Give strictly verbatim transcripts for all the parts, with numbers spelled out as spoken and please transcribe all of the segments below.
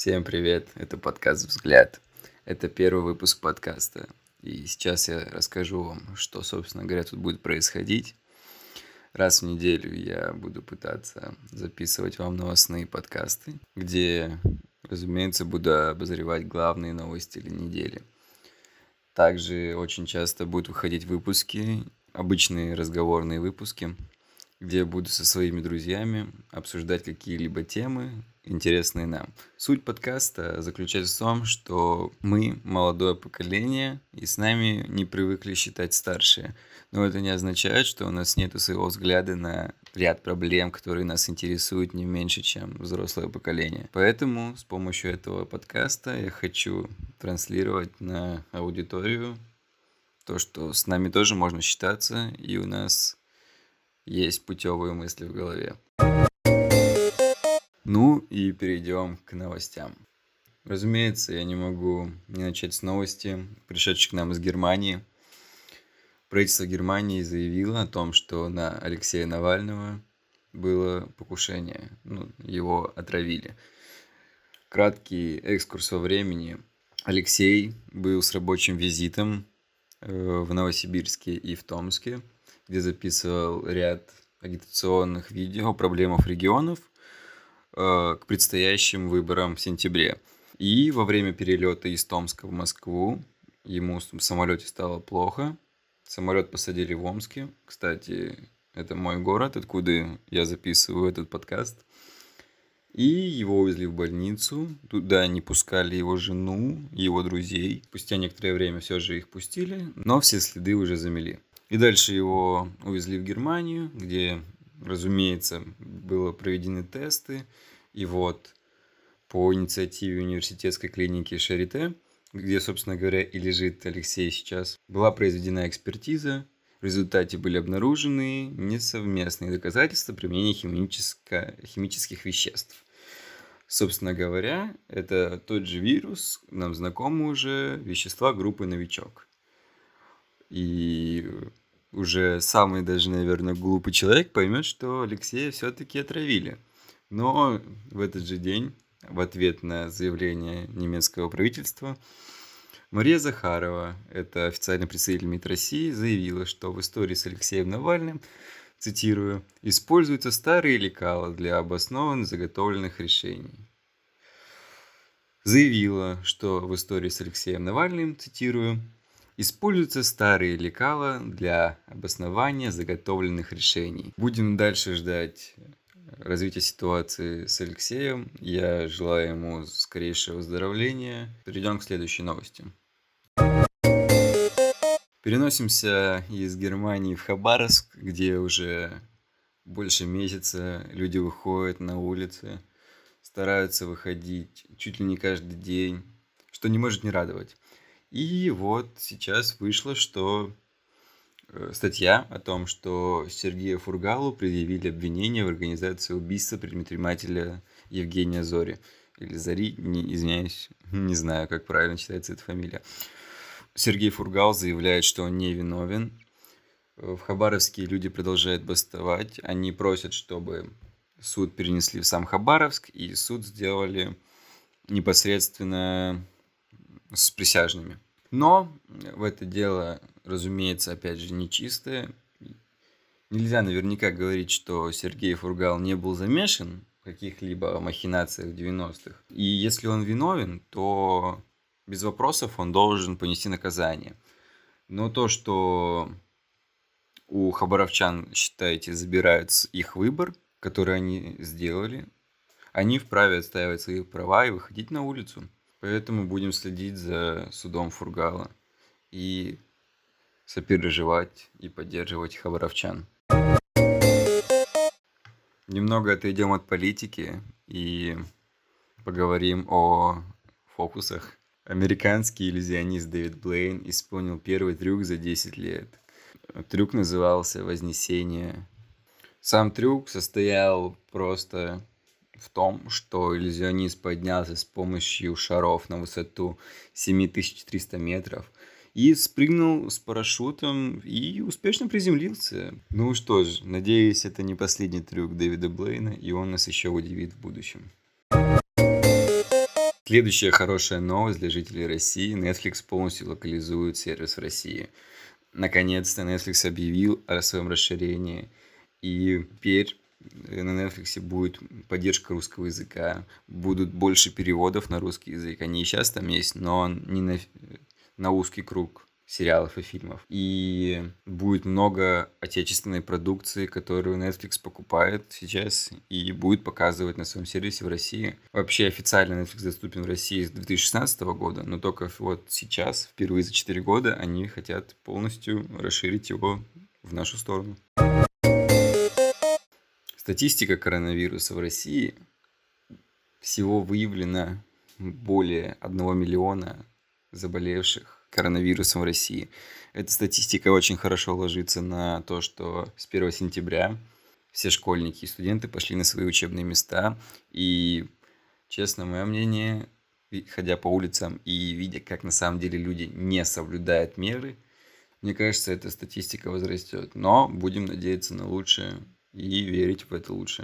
Всем привет, это подкаст «Взгляд». Это первый выпуск подкаста. И сейчас я расскажу вам, что, собственно говоря, тут будет происходить. Раз в неделю я буду пытаться записывать вам новостные подкасты, где, разумеется, буду обозревать главные новости или недели. Также очень часто будут выходить выпуски, обычные разговорные выпуски, где я буду со своими друзьями обсуждать какие-либо темы, интересные нам. Суть подкаста заключается в том, что мы молодое поколение, и с нами не привыкли считать старшие. Но это не означает, что у нас нет своего взгляда на ряд проблем, которые нас интересуют не меньше, чем взрослое поколение. Поэтому с помощью этого подкаста я хочу транслировать на аудиторию то, что с нами тоже можно считаться, и у нас есть путевые мысли в голове. Ну и перейдем к новостям. Разумеется, я не могу не начать с новости, пришедшей к нам из Германии. Правительство Германии заявило о том, что на Алексея Навального было покушение, ну, его отравили. Краткий экскурс во времени. Алексей был с рабочим визитом в Новосибирске и в Томске, где записывал ряд агитационных видео о проблемах регионов э, к предстоящим выборам в сентябре. И во время перелета из Томска в Москву ему в самолете стало плохо. Самолет посадили в Омске. Кстати, это мой город, откуда я записываю этот подкаст. И его увезли в больницу. Туда не пускали его жену, его друзей. Спустя некоторое время все же их пустили, но все следы уже замели. И дальше его увезли в Германию, где, разумеется, были проведены тесты. И вот по инициативе университетской клиники Шарите, где, собственно говоря, и лежит Алексей сейчас, была произведена экспертиза. В результате были обнаружены несовместные доказательства применения химическо- химических веществ. Собственно говоря, это тот же вирус, нам знакомы уже вещества группы «Новичок». И уже самый даже, наверное, глупый человек поймет, что Алексея все-таки отравили. Но в этот же день, в ответ на заявление немецкого правительства, Мария Захарова, это официальный представитель МИД России, заявила, что в истории с Алексеем Навальным, цитирую, «используются старые лекала для обоснованно заготовленных решений». Заявила, что в истории с Алексеем Навальным, цитирую, «используются старые лекала для обоснования заготовленных решений». Будем дальше ждать развития ситуации с Алексеем. Я желаю ему скорейшего выздоровления. Перейдем к следующей новости. Переносимся из Германии в Хабаровск, где уже больше месяца люди выходят на улицы, стараются выходить чуть ли не каждый день, что не может не радовать. И вот сейчас вышло, что статья о том, что Сергею Фургалу предъявили обвинение в организации убийства предпринимателя Евгения Зори. Или Зори, не, извиняюсь, не знаю, как правильно читается эта фамилия. Сергей Фургал заявляет, что он не виновен. В Хабаровске люди продолжают бастовать. Они просят, чтобы суд перенесли в сам Хабаровск, и суд сделали непосредственно с присяжными. Но в это дело, разумеется, опять же, нечистое. Нельзя наверняка говорить, что Сергей Фургал не был замешан в каких-либо махинациях в девяностых. И если он виновен, то без вопросов он должен понести наказание. Но то, что у хабаровчан, считаете, забирают их выбор, который они сделали, они вправе отстаивать свои права и выходить на улицу. Поэтому будем следить за судом Фургала и сопереживать и поддерживать хабаровчан. Немного отойдем от политики и поговорим о фокусах. Американский иллюзионист Дэвид Блейн исполнил первый трюк за десять лет. Трюк назывался «Вознесение». Сам трюк состоял просто в том, что иллюзионист поднялся с помощью шаров на высоту семь тысяч триста метров и спрыгнул с парашютом и успешно приземлился. Ну что ж, надеюсь, это не последний трюк Дэвида Блейна, и он нас еще удивит в будущем. Следующая хорошая новость для жителей России. Netflix полностью локализует сервис в России. Наконец-то Netflix объявил о своем расширении. И теперь на Netflix будет поддержка русского языка. Будут больше переводов на русский язык. Они и сейчас там есть, но не на, на узкий круг сериалов и фильмов. И будет много отечественной продукции, которую Netflix покупает сейчас и будет показывать на своем сервисе в России. Вообще официально Netflix доступен в России с две тысячи шестнадцатого года, но только вот сейчас, впервые за четыре года, они хотят полностью расширить его в нашу сторону. Статистика коронавируса в России. Всего выявлено более одного миллиона заболевших коронавирусом в России. Эта статистика очень хорошо ложится на то, что с первого сентября все школьники и студенты пошли на свои учебные места. И, честно, мое мнение, ходя по улицам и видя, как на самом деле люди не соблюдают меры, мне кажется, эта статистика возрастет. Но будем надеяться на лучшее и верить в это лучшее.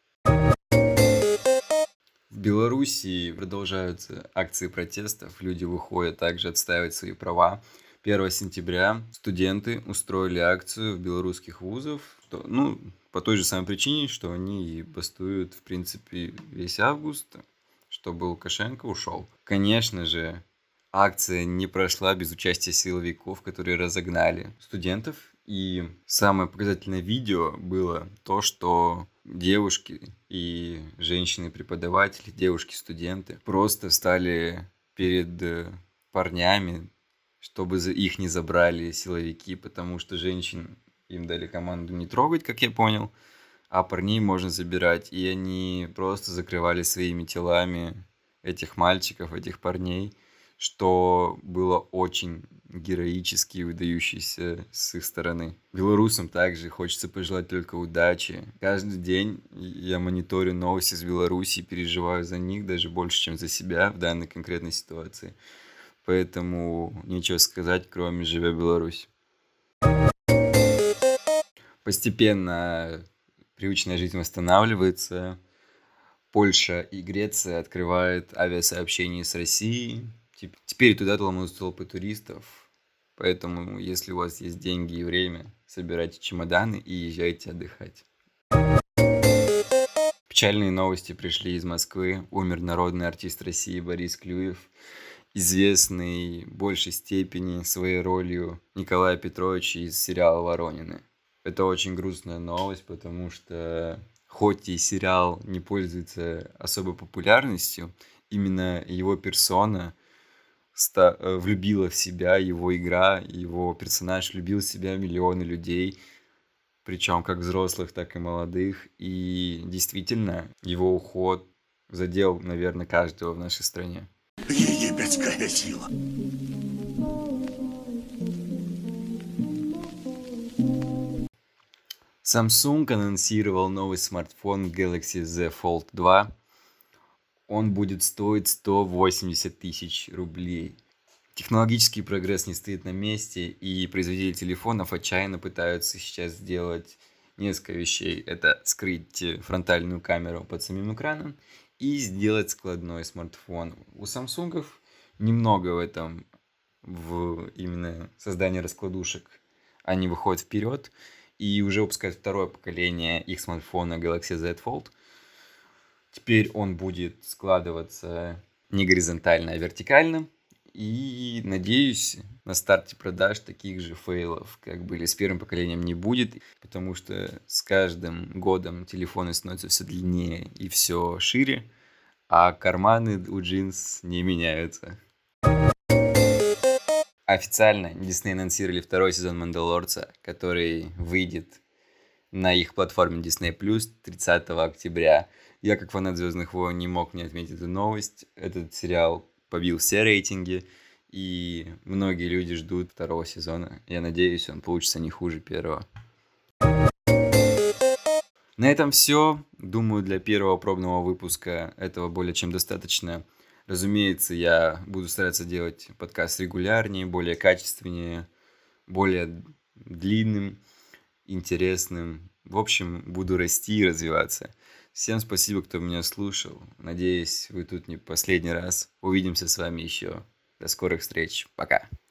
В Белоруссии продолжаются акции протестов, люди выходят также отстаивать свои права. первого сентября студенты устроили акцию в белорусских вузах, что, ну, по той же самой причине, что они и бастуют, в принципе, весь август, чтобы Лукашенко ушел. Конечно же, акция не прошла без участия силовиков, которые разогнали студентов. И самое показательное видео было то, что девушки и женщины-преподаватели, девушки-студенты просто встали перед парнями, чтобы их не забрали силовики, потому что женщин им дали команду не трогать, как я понял, а парней можно забирать. И они просто закрывали своими телами этих мальчиков, этих парней, что было очень героически и выдающееся с их стороны. Белорусам также хочется пожелать только удачи. Каждый день я мониторю новости с Беларуси, переживаю за них даже больше, чем за себя в данной конкретной ситуации. Поэтому нечего сказать, кроме «Живе Беларусь». Постепенно привычная жизнь восстанавливается. Польша и Греция открывают авиасообщение с Россией. Теперь туда ломаются толпы туристов. Поэтому, если у вас есть деньги и время, собирайте чемоданы и езжайте отдыхать. Печальные новости пришли из Москвы. Умер народный артист России Борис Клюев, известный в большей степени своей ролью Николая Петровича из сериала «Воронины». Это очень грустная новость, потому что хоть и сериал не пользуется особой популярностью, именно его персона ста- влюбила в себя, его игра, его персонаж влюбил в себя миллионы людей, причем как взрослых, так и молодых. И действительно, его уход задел, наверное, каждого в нашей стране. Египетская сила. Samsung анонсировал новый смартфон Galaxy Z Fold два. Он будет стоить сто восемьдесят тысяч рублей. Технологический прогресс не стоит на месте, и производители телефонов отчаянно пытаются сейчас сделать несколько вещей. Это скрыть фронтальную камеру под самим экраном и сделать складной смартфон. У Samsung немного в этом, в именно создании раскладушек, они выходят вперед и уже выпускают второе поколение их смартфона Galaxy Z Fold. Теперь он будет складываться не горизонтально, а вертикально. И надеюсь, на старте продаж таких же фейлов, как были с первым поколением, не будет, потому что с каждым годом телефоны становятся все длиннее и все шире, а карманы у джинс не меняются. Официально Disney анонсировали второй сезон «Мандалорца», который выйдет на их платформе Disney плюс тридцатого октября. Я, как фанат «Звездных войн», не мог не отметить эту новость. Этот сериал побил все рейтинги, и многие люди ждут второго сезона. Я надеюсь, он получится не хуже первого. На этом все. Думаю, для первого пробного выпуска этого более чем достаточно. Разумеется, я буду стараться делать подкаст регулярнее, более качественнее, более длинным, интересным. В общем, буду расти и развиваться. Всем спасибо, кто меня слушал. Надеюсь, вы тут не последний раз. Увидимся с вами еще. До скорых встреч. Пока.